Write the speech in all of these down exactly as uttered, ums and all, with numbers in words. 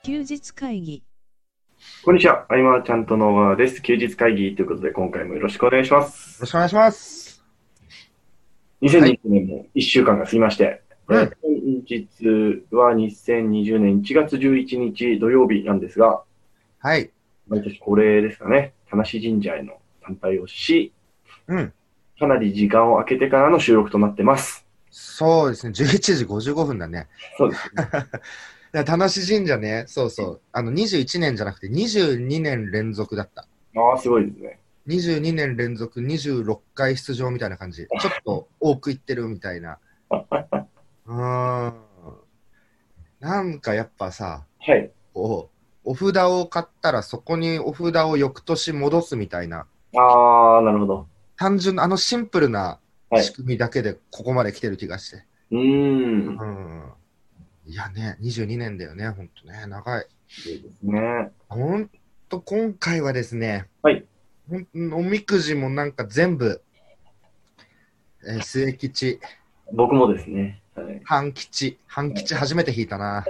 休日会議。 こんにちは。アイマーちゃんとの小川です。休日会議ということで、今回もよろしくお願いしまよろす。 しくお願いします。はい。 にせんにじゅうねんもいっしゅうかんが過ぎまして、えーうん。 本日はにせんにじゅうねんいちがつじゅういちにち土曜日なんですが、 はい。 毎年恒例ですかね、田無神社への参拝をし、 うん。 かなり時間を空けてからの収録となってます。 そうですね。じゅういちじごじゅうごふんだね。 そうですね。 いや田無神社ね。そうそう。あの、にじゅういちねんじゃなくてにじゅうにねん連続だった。 ああ、すごいですね。 にじゅうにねん連続にじゅうろっかい出場みたいな感じ。ちょっと多くいってるみたいな。うーん。なんかやっぱさ、 はい。 こう、お札を買ったらそこにお札を翌年戻すみたいな。 ああ、なるほど。 単純な、あのシンプルなはい。 仕組みだけでここまで来てる気がして。 うーん。 うん。いやね、にじゅうにねんだよね、ほんとね、長い。 そうですね。 ほんと、今回はですね、 はい。 ほんおみくじもなんか全部、えー末吉、 僕もですね。はい。 半吉、半吉初めて引いたな。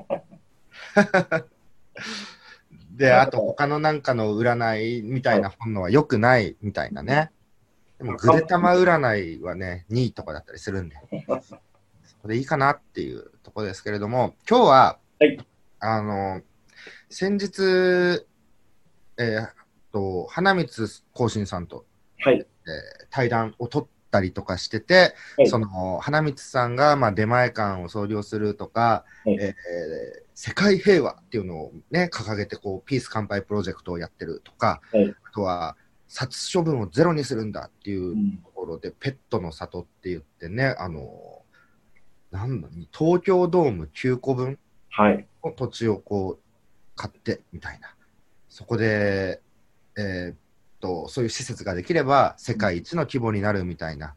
で、あと他のなんかの占いみたいな本のは良くないみたいなね。でも、ぐでたま占いはね、にいとかだったりするんで、そこでいいかなっていうところですけれども、今日は、 はい。 あの、先日、えーっと、花光光信さんと、 はい。 えー対談を取ったりとかしてて、 はい。 その花光さんがまあ出前館を創業するとか、 はい。 えー世界平和っていうのをね、掲げてこう、ピース乾杯プロジェクトをやってるとか、 はい。 あとは、殺処分をゼロにするんだっていううん。 ところで、ペットの里って言ってね、あの、なんだ、東京ドームきゅうこぶんはい。 の土地をこう、買ってみたいな。そこで、えーっと、そういう施設ができれば世界一の規模になるみたいな、 うん。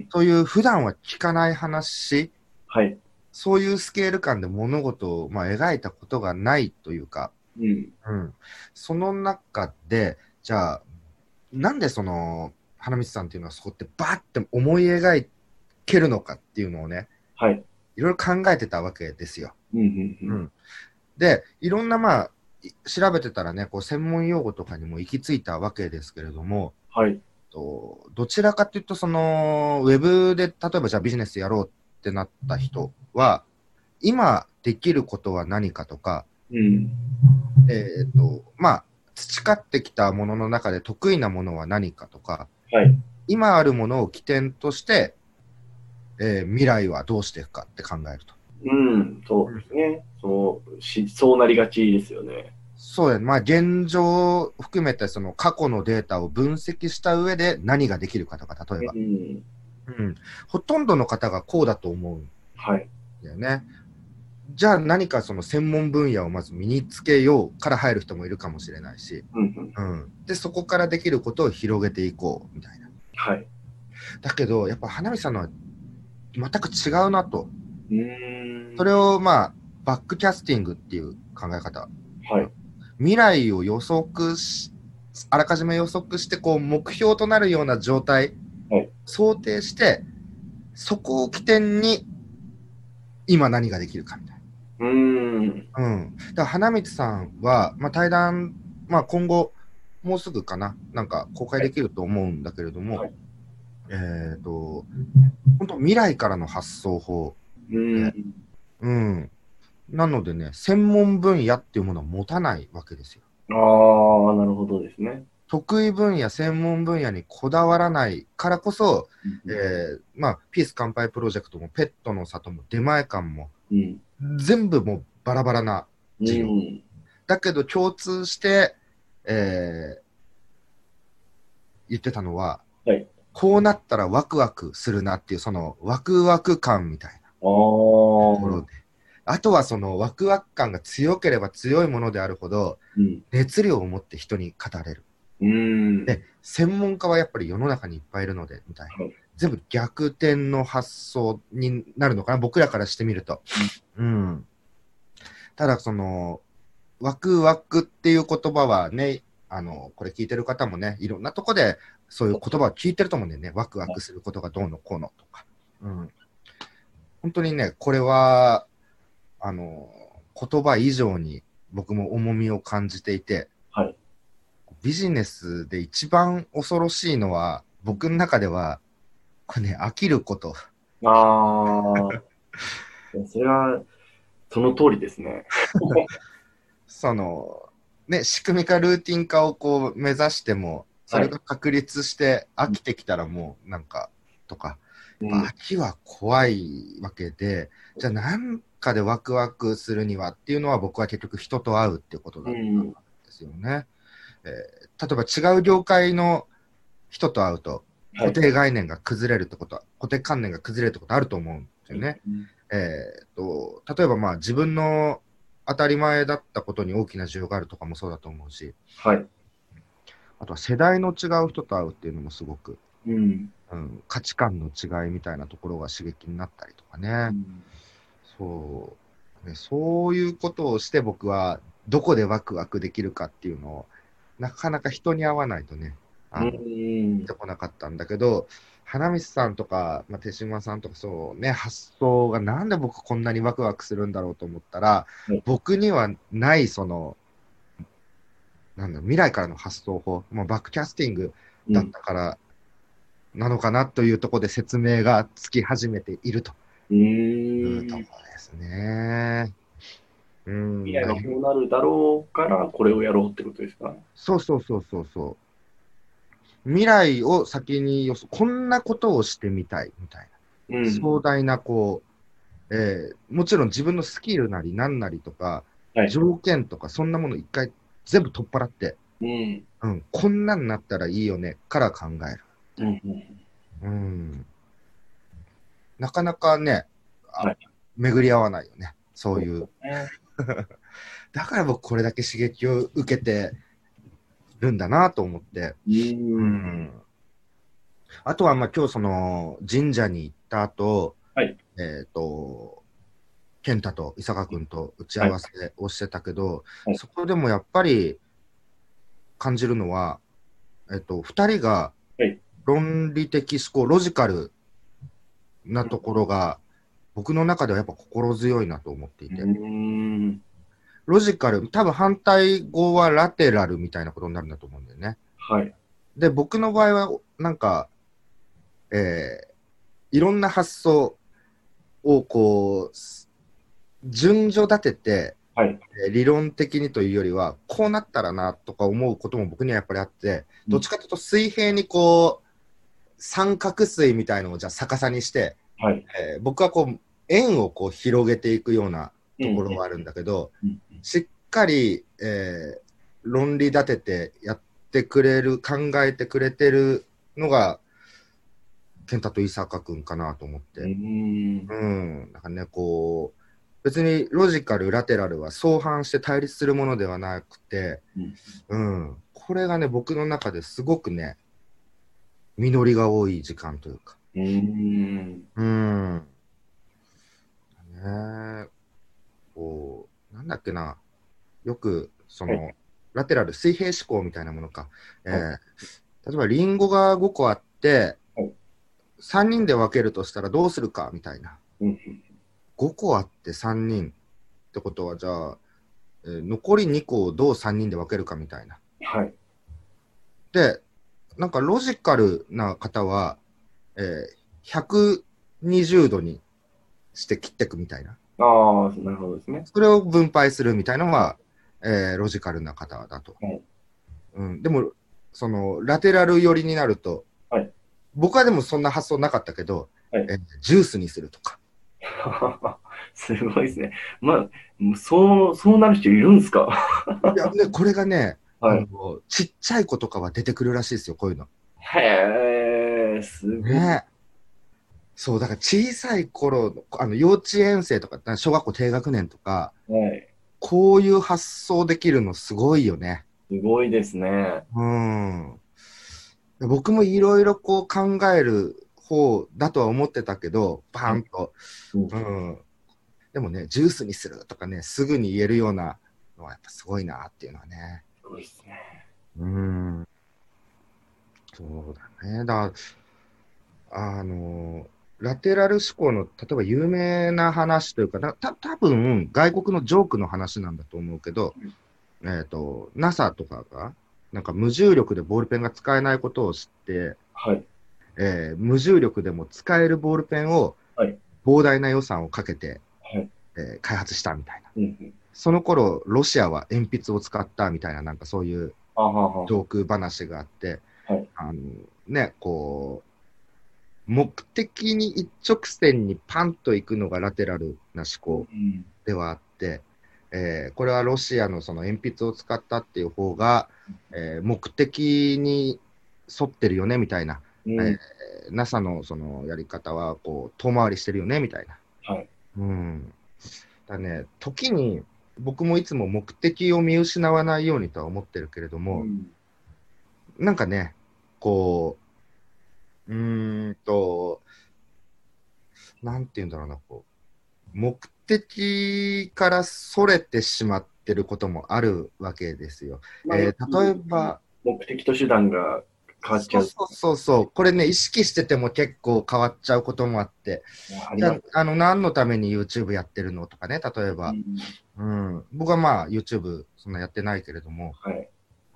そういう普段は聞かない話、 はい。 そういうスケール感で物事を、まあ、描いたことがないというか、 うん。 うん、その中で、じゃあ、なんでその、花道さんっていうのはそこってバーって思い描けるのかっていうのをね、 はい。 いろいろ考えてたわけですよ。 うん。うん。うん。 うん、で、いろんな、まあ、調べてたらね、こう専門用語とかにも行き着いたわけですけれども、 はい。 とどちらかというと、その、ウェブで、例えばじゃあビジネスやろうってなった人は、今できることは何かとか、 うん。 えっと、まあ、培ってきたものの中で得意なものは何かとか、 はい。 今あるものを起点として、えー未来はどうしていくかって考えると。 うん。そうですね。そうし、そうなりがちですよね。 そうや、まあ、現状を含めてその過去のデータを分析した上で何ができるかとか、例えうば、 ん。 うん、ほとんどの方がこうだと思うんはい。 だよね。じゃあ何かその専門分野をまず身につけようから入る人もいるかもしれないし、 うん。 うん、でそこからできることを広げていこうみたいな。 はい。 だけどやっぱ花見さんのは全く違うなと。 うーん。 それをまあバックキャスティングっていう考え方。 はい。 未来を予測し、あらかじめ予測してこう目標となるような状態、 はい。 想定して、そこを起点に今何ができるかみたいうーん。 な。うん。だから花道さんは、まあ、対談、まあ、今後、もうすぐかな、なんか公開はい。 できると思うんだけれども、 はい。 えっと、本当未来からの発想法うーで、 ん。 うん。なのでね、専門分野っていうものは持たないわけですよ。 ああ、なるほどですね。 得意分野、専門分野にこだわらないからこそ、 うん。 えーまあ、ピース乾杯プロジェクトもペットの里も出前館もうん。 全部もうバラバラなう事業。 ん。 だけど共通して、えー言ってたのは、 はい。 こうなったらワクワクするなっていう、そのワクワク感みたいなああ。 ところで。あとはそのワクワク感が強ければ強いものであるほど、 うん。 熱量を持って人に語れる。 うーん。 で、専門家はやっぱり世の中にいっぱいいるので、みたいな。 はい。 全部逆転の発想になるのかな、僕らからしてみると。うん。ただ、その、ワクワクっていう言葉はね、あの、これ聞いてる方もね、いろんなとこでそういう言葉を聞いてると思うんだよね。ワクワクすることがどうのこうのとか。うん。本当にね、これは、あの、言葉以上に僕も重みを感じていて、 はい。 ビジネスで一番恐ろしいのは、僕の中では、これね、飽きること。 ああ、それは、その通りですね。 その、ね、仕組み化、ルーティン化をこう目指しても、そはい。 れが確立して飽きてきたらもうなんか、とか、 うん。 やっぱ飽きは怖いわけで、じゃあなんかでワクワクするにはっていうのは僕は結局人と会うっていうことだったんうん。 ですよね。えー例えば違う業界の人と会うとはい。 固定概念が崩れるってことは、固定観念が崩れるってことあると思うんですうん。 よね。えーと、例えばまあ自分の当たり前だったことに大きな需要があるとかもそうだと思うし、 はい。 あとは世代の違う人と会うっていうのもすごく、 うん。 うん、価値観の違いみたいなところが刺激になったりとかね。 うん。 そう、ね、そういうことをして僕はどこでワクワクできるかっていうのをなかなか人に会わないとね、 うあの、出ん。 てこなかったんだけど、花道さんとか、まあ、手島さんとかそうね、発想がなんで僕こんなにワクワクするんだろうと思ったら、 はい。 僕にはないその、なんだ、未来からの発想法、まあ、バックキャスティングだっうん。 たからなのかなというところで説明がつき始めているとういうとこーん。 ろですね。うん、だ未来がこうなるだろうから、これをやろうってことですか？ そうそうそうそうそう。未来を先に予想、こんなことをしてみたいみたいな。 うん。 壮大な、こう、えーもちろん自分のスキルなり何なりとか、 はい。 条件とか、そんなもの一回全部取っ払って、 うん。 うん、こんなんなったらいいよね、から考える。 うん。うん。 うん、なかなかね、あ、 はい。 巡り合わないよね、そうそうでいう。 すね。 だから僕、これだけ刺激を受けてるんだなと思って。 ううーん。 ん、あとは、まあ、今日その神社に行った後、 はい。 えっ、と、健太と伊坂君と打ち合はい。 わせをしてたけど、 はい。 そこでもやっぱり感じるのは、えっと、ふたりがはい。 論理的思考、ロジカルなところが、僕の中ではやっぱ心強いなと思っていうて、 ーん。 ロジカル、多分反対語はラテラルみたいなことになるんだと思うんだよね。 はい。 で、僕の場合は、なんか、えーいろんな発想をこう、順序立てて、 はい。 えー理論的にというよりは、こうなったらなとか思うことも僕にはやっぱりあって、 うん。 どっちかというと水平にこう、三角錐みたいのをじゃあ逆さにして、 はい。 えー僕はこう、円をこう広げていくようなうん。 ところがあるんだけど、 うん。 しっかり、えー論理立ててやってくれる、考えてくれてるのが、健太と伊坂君かなと思っうて。 ん。 うん。なんかね、こう、別にロジカル、ラテラルは相反して対立するものではなくて、 うん。 うん。これがね、僕の中ですごくね、実りが多い時間というか。 うん。 うん。ね、こう、なんだっけな、よく、そはい。 の、ラテラル、水平思考みたいなものか。えはい。 ー例えば、リンゴがごこあって、 はい。 さんにんで分けるとしたらどうするかみたいな。 うん。 ごこあってさんにんってことは、じゃあ、えー残りにこをどうさんにんで分けるかみたいな。 はい。 で、なんかロジカルな方は、えーひゃくにじゅうどにして切っていくみたいな。 ああ、なるほどですね。 それを分配するみたいなのはい。 は、えーロジカルな方だと。 はい。 うん、でも、その、ラテラル寄りになると、 はい。 僕はでもそんな発想なかったけど、 はい。 えージュースにするとか。 すごいですね。まあ、そう、そうなる人いるんですか？ いや、ね、これがね、あはい。 の、ちっちゃい子とかは出てくるらしいですよ、こういうの。 へえ、すごい。 ね。そう、だから小さい頃の、あの、幼稚園生とか、小学校低学年とか、 はい。 こういう発想できるのすごいよね。 すごいですね。 うん。僕もいろいろこう考える方だとは思ってたけど、バはい。 ーンと。 うん。 うん。でもね、ジュースにするとかね、すぐに言えるようなのはやっぱすごいなっていうのはね。 すごいですね。 うん。そうだね。だあの、 ラテラル思考の、例えば有名な話というか、なた多分外国のジョークの話なんだと思うけど、えっ、と、ナサ とかが、なんか無重力でボールペンが使えないことを知って、 はい。 えー無重力でも使えるボールペンをはい。 膨大な予算をかけて、 はい。 えー開発したみたいな。 うんうん。 その頃、ロシアは鉛筆を使ったみたいな、なんかそういうあははは。 ジョーク話があって、 はい。 あのね、こう、目的に一直線にパンと行くのがラテラルな思考うんではあって、えーこれはロシアのその鉛筆を使ったっていう方が、えー目的に沿ってるよねみたいな、 うん。 えー ナサ のそのやり方はこう遠回りしてるよねみたいな。 はい。 うん、だね、時に僕もいつも目的を見失わないようにとは思ってるけれども、 うん。 なんかね、こう、うーんと、なんて言うんだろうな、こう、目的からそれてしまってることもあるわけですよ。 まあ、よえー例えくば、 目的と手段が変わっちゃう。 そうそうそうそう、これね、意識してても結構変わっちゃうこともあって、じゃあ、 あります。 あの、何のために YouTube やってるのとかね、例えば、 うん。 うん、僕はまあ YouTube そんなやってないけれども、 はい。 うん、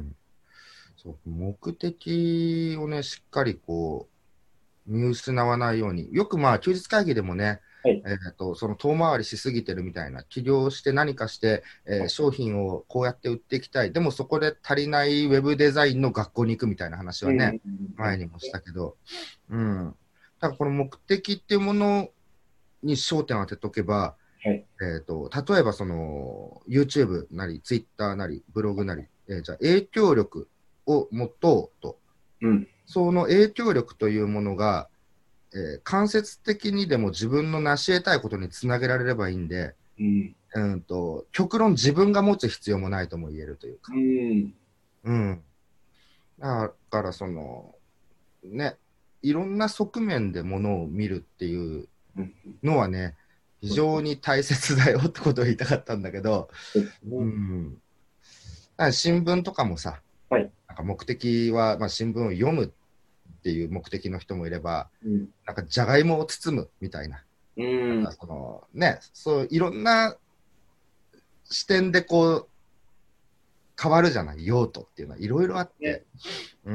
そう、目的をね、しっかりこう、見失わないように、よくまあ休日会議でもね、 はい。 えーと、その遠回りしすぎてるみたいな、起業して何かして、えー商品をこうやって売っていきたい、でもそこで足りないウェブデザインの学校に行くみたいな話はね、 うん。あり前にもしたけど、うん。だからこの目的っていうものに焦点を当てとけば、 はい。 えーと、例えばその YouTube なり Twitter なりブログなり、えーじゃあ影響力を持とうと、 うん。 その影響力というものが、えー間接的にでも自分の成し得たいことにつなげられればいいんで、 うん。 うんと、極論自分が持つ必要もないとも言えるといううか。 ん。 うん。だからその、ね、いろんな側面でものを見るっていううん。 のはね、非常に大切だよってことを言いたかったんだけど、 そうですうね。 ん。だから新聞とかもさ、 はい。 なんか目的は、まあ、新聞を読むっていう目的の人もいれば、 うん。 なんかじゃがいもを包むみたいな、 うなんかん。 そのね、そういろんな視点でこう変わるじゃない、用途っていうのはいろいろあっね。 て、うん、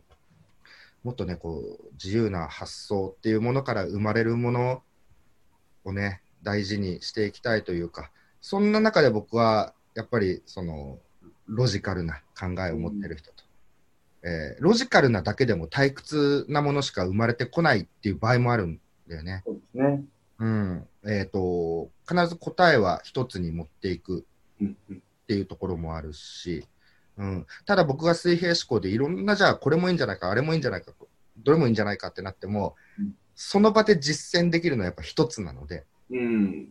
もっとね、こう自由な発想っていうものから生まれるものをね、大事にしていきたいというか、そんな中で僕はやっぱりそのロジカルな考えを持ってる人と、えーロジカルなだけでも退屈なものしか生まれてこないっていう場合もあるんだよね。 そうですね。 うん。えっと、必ず答えは一つに持っていくうん。うん。 っていうところもあるし、うん、ただ僕が水平思考でいろんな、じゃあこれもいいんじゃないか、あれもいいんじゃないか、どれもいいんじゃないかってなっても、 うんその場で実践できるのはやっぱ一つなので、 うん。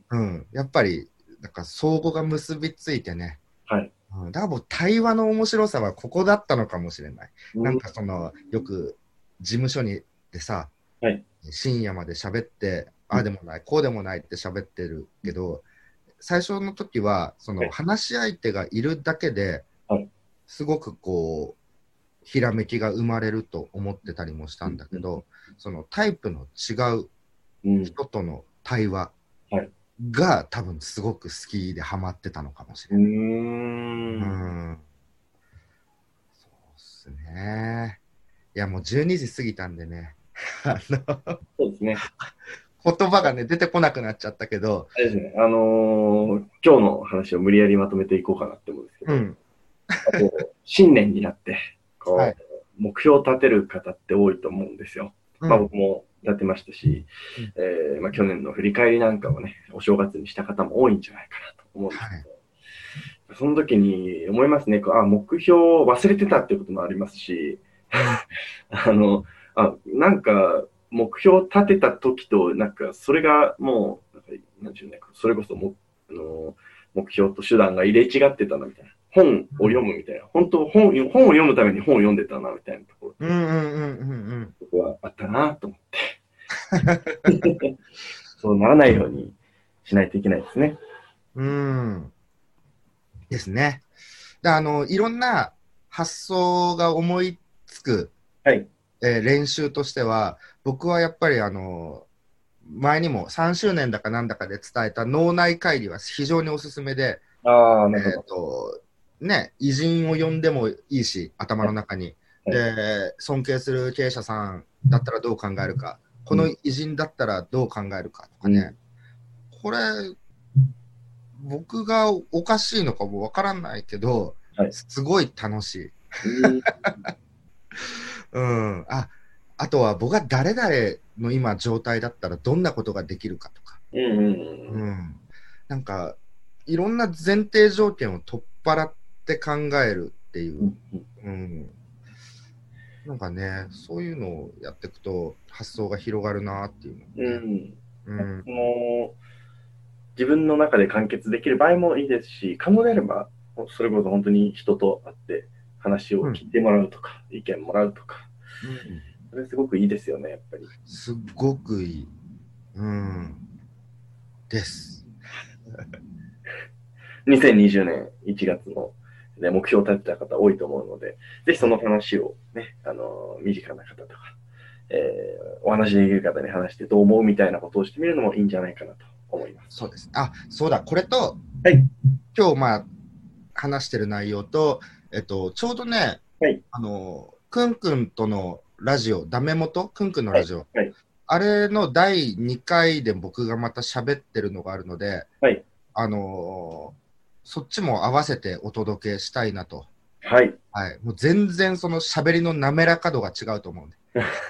うん、やっぱり、なんか相互が結びついてね、 はい。 うん、だからもう対話の面白さはここだったのかもしれない。 うん。 なんかその、よく事務所にでさ、 はい。 深夜まで喋って、あうん。 あでもない、こうでもないって喋ってるけど、最初の時は、そのはい。 話し相手がいるだけで、 はい。 すごくこう、ひらめきが生まれると思ってたりもしたんだけうん。 ど、そのタイプの違ううん。 人との対話はい。 が多分すごく好きでハマってたのかもしうーれない。うん。 ん。そうっすね。いや、もうじゅうにじ過ぎたんでね。あの、 そうですね。 言葉がね、出てこなくなっちゃったけど、 あれですね。あのー今日の話を無理やりまとめていこうかなって思うんですけど、 うん。 こう新年になって、こはい。 う、目標を立てる方って多いと思うんですよ。まあうん。 僕も立てましたし、 うん。 えーまあ去年の振り返りなんかをね、お正月にした方も多いんじゃないかなと思うんですはい。 けど、その時に思いますね。こうあ、目標を忘れてたっていうこともありますし、 うん。 あの、あ、なんか、目標を立てた時と、なんか、それがもう、なんかなんていうね、それこそも、あの、目標と手段が入れ違ってたな、みたいな。本を読むみたいな。本当本、本を読むために本を読んでたな、みたいなところって、 うん。うん。うん。うん。 僕はあったな、と思って。そうならないようにしないといけないですね。 うん。ですね。で、あの、いろんな発想が思いつくはい。 えー練習としては、僕はやっぱりあの、前にもさんしゅうねんだかなんだかで伝えた脳内会議は非常におすすめで、 ああ、なえっるほど。 と、ね、偉人を呼んでもいいし、頭の中に。 はいで、尊敬する経営者さんだったらどう考えるか、この偉人だったらどう考えるかとかね、これ、僕がおかしいのかもわからないけど、 はいすごい楽しい。 うんうん。あ、あとは僕が誰々の今状態だったらどんなことができるかとか。 うんうんうんうん。なんか、いろんな前提条件を取っ払って考えるっていうう。 んうんうん。なんかね、そういうのをやっていくと発想が広がるなっていうの、ね。 うんうん。 その自分の中で完結できる場合もいいですし、可能であれば、それこそ本当に人と会って話を聞いてもらうとか、意見もらうとか、 うん。 それすごくいいですよね、やっぱり。 すっごくいい。うん。です。 にせんにじゅうねんいちがつの、ね、目標を立てた方多いと思うので、ぜひその話をね、あの、身近な方とか、えーお話できる方に話してどう思うみたいなことをしてみるのもいいんじゃないかなと思います。 そうです。あ、そうだ、これと、 はい。 今日まあ話してる内容と、えっと、ちょうどね、 はい。 あの、くんくんとのラジオ、ダメ元くんくんのラジオ、 はい。 あれのだいにかいで僕がまた喋ってるのがあるので、 はい。 あのーそっちも合わせてお届けしたいなと。 はい。 はい。もう全然その喋りの滑らか度が違うと思うんで。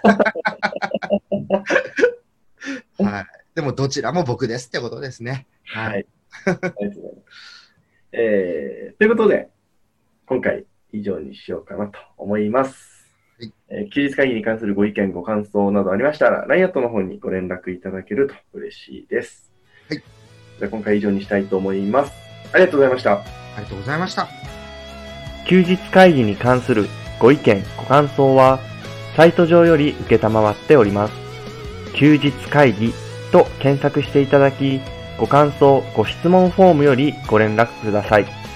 はい。でもどちらも僕ですってことですね。 はい。ありがとうございます。えー、ということで、今回以上にしようかなと思います。 はいえー休日会議に関するご意見、ご感想などありましたら、ラインアットの方にご連絡いただけると嬉しいです。 はい。 じゃあ今回以上にしたいと思います。ありがとうございました。 ありがとうございました。 休日会議に関するご意見、ご感想は、サイト上より受けたまわっております。休日会議と検索していただき、ご感想、ご質問フォームよりご連絡ください。